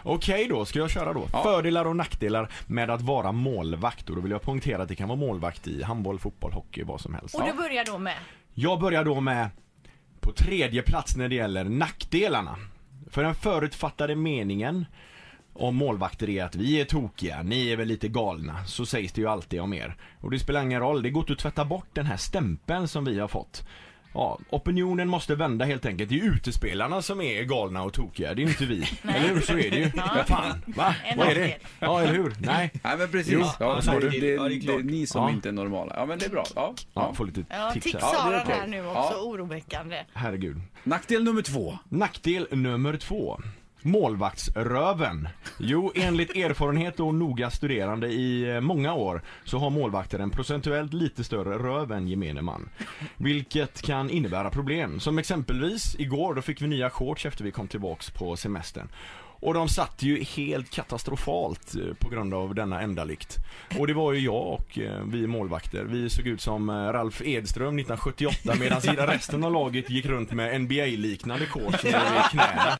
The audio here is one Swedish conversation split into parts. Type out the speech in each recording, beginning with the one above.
Okej då, ska jag köra då? Ja. Fördelar och nackdelar med att vara målvakt. Och då vill jag poängtera att det kan vara målvakt i handboll, fotboll, hockey, vad som helst. Och du börjar då med? Jag börjar då med på 3:e plats när det gäller nackdelarna. För den förutfattade meningen om målvakter är att vi är tokiga, ni är väl lite galna. Så sägs det ju alltid om er. Och det spelar ingen roll, det går inte att tvätta bort den här stämpeln som vi har fått. Ja, opinionen måste vända helt enkelt. Det är utespelarna som är galna och tokiga. Det är inte vi. Eller hur? Så är det ju. Ja. Fan, va? Vad är det? Ja, eller hur? Nej. Nej, men precis. Jo, ja, det är ni som inte är normala. Ja, men det är bra. Ja, får lite tips här. Sara här nu också, oroväckande. Herregud. Nackdel nummer 2. Nackdel nummer 2. Målvaktsröven. Jo, enligt erfarenhet och noga studerande i många år så har målvakter en procentuellt lite större röv än gemene man. Vilket kan innebära problem. Som exempelvis igår, då fick vi nya shorts efter vi kom tillbaks på semestern. Och de satt ju helt katastrofalt på grund av denna ändalikt. Och det var ju jag och vi målvakter. Vi såg ut som Ralf Edström 1978 medan resten av laget gick runt med NBA-liknande shorts i knäna.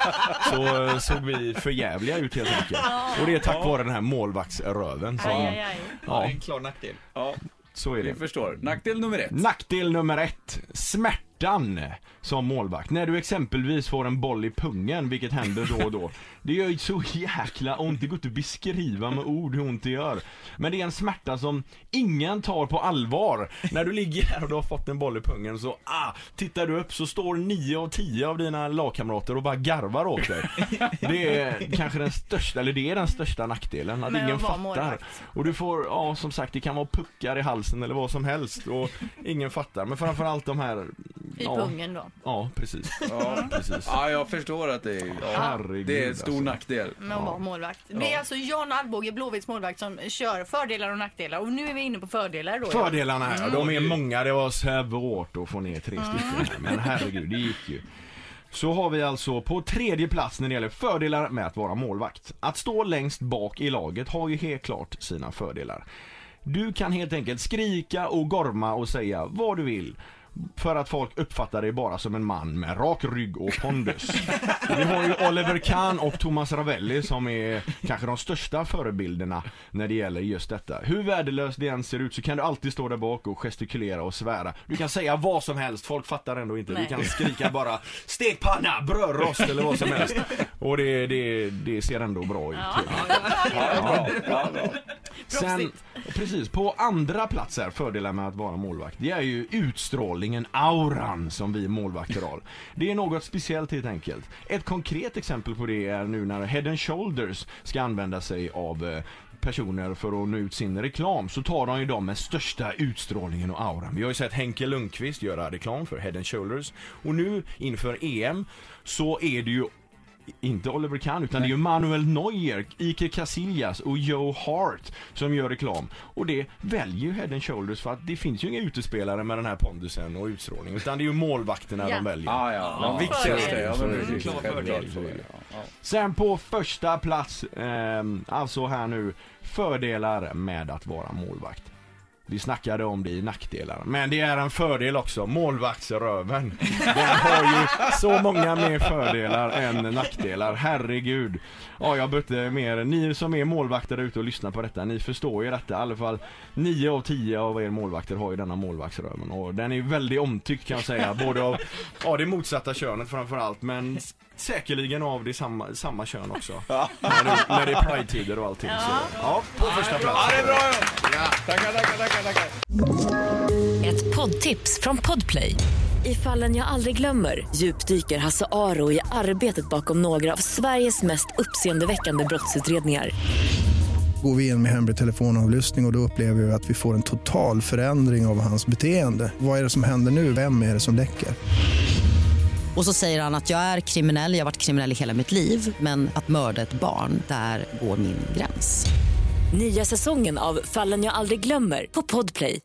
Så såg vi förjävliga ut helt enkelt. Och det är tack vare den här målvaktsröven som, ja, en klar nackdel. Ja, så är det. Vi förstår. Nackdel nummer 1. Nackdel nummer 1. Smärtan som målvakt. När du exempelvis får en boll i pungen, vilket händer då och då. Det gör ju så jäkla ont. Det går inte att beskriva med ord hur ont det gör. Men det är en smärta som ingen tar på allvar. När du ligger här och du har fått en boll i pungen så tittar du upp så står 9 av 10 av dina lagkamrater och bara garvar åt dig. Det är kanske den största, eller det är den största nackdelen. Att ingen fattar. Målvakt. Och du får, som sagt, det kan vara puckar i halsen eller vad som helst. Och ingen fattar. Men framförallt de här... I pungen då. Ja, precis. Ja, jag förstår att det är, det är en stor nackdel. Men att vara målvakt. Det är alltså Jan Alvbåge, Blåvitts målvakt, som kör fördelar och nackdelar. Och nu är vi inne på fördelar då. Fördelarna här, de är många. Det var svårt att få ner 3 stycken här. Men herregud, det gick ju. Så har vi alltså på 3:e plats när det gäller fördelar med att vara målvakt. Att stå längst bak i laget har ju helt klart sina fördelar. Du kan helt enkelt skrika och gorma och säga vad du vill. För att folk uppfattar dig bara som en man med rak rygg och pondus. Vi har ju Oliver Kahn och Thomas Ravelli som är kanske de största förebilderna när det gäller just detta. Hur värdelöst det än ser ut så kan du alltid stå där bak och gestikulera och svära. Du kan säga vad som helst, folk fattar ändå inte. Du kan skrika bara stekpanna, brödrost eller vad som helst. Och det ser ändå bra ut. Ja. Sen, precis, på andra platser fördelar med att vara målvakt. Det är ju utstrålningen, auran som vi målvakter har. Det är något speciellt helt enkelt. Ett konkret exempel på det är nu när Head & Shoulders ska använda sig av personer för att nå ut sin reklam, så tar de ju dem med största utstrålningen och auran. Vi har ju sett Henke Lundqvist göra reklam för Head & Shoulders. Och nu inför EM så är det ju inte Oliver Kahn utan det är ju Manuel Neuer, Iker Casillas och Joe Hart som gör reklam. Och det väljer ju Head & Shoulders för att det finns ju inga utespelare med den här pondusen och utstrålningen, utan det är ju målvakterna de väljer. De viktigaste. Sen på första plats, alltså här nu, fördelar med att vara målvakt. Vi snackade om det i nackdelar. Men det är en fördel också. Målvaktsröven. Den har ju så många mer fördelar än nackdelar. Herregud. Ja, jag bytte mer. Ni som är målvakter ute och lyssnar på detta, ni förstår ju detta. I alla fall 9 av 10 av er målvakter har ju denna målvaktsröven. Och den är väldigt omtyckt kan jag säga. Både av det motsatta könet framförallt. Men säkerligen av det samma kön också. När det är Pride-tider och allting. Så, på första plats. Ja, det är bra. Tackar. Ett poddtips från Podplay. I Fallen jag aldrig glömmer djupdyker Hasse Aro i arbetet bakom några av Sveriges mest uppseendeväckande brottsutredningar. Går vi in med hemlig telefonavlyssning och då upplever vi att vi får en total förändring av hans beteende. Vad är det som händer nu? Vem är det som läcker? Och så säger han att jag är kriminell, jag har varit kriminell i hela mitt liv. Men att mörda ett barn, där går min gräns. Nya säsongen av Fallen jag aldrig glömmer på Podplay.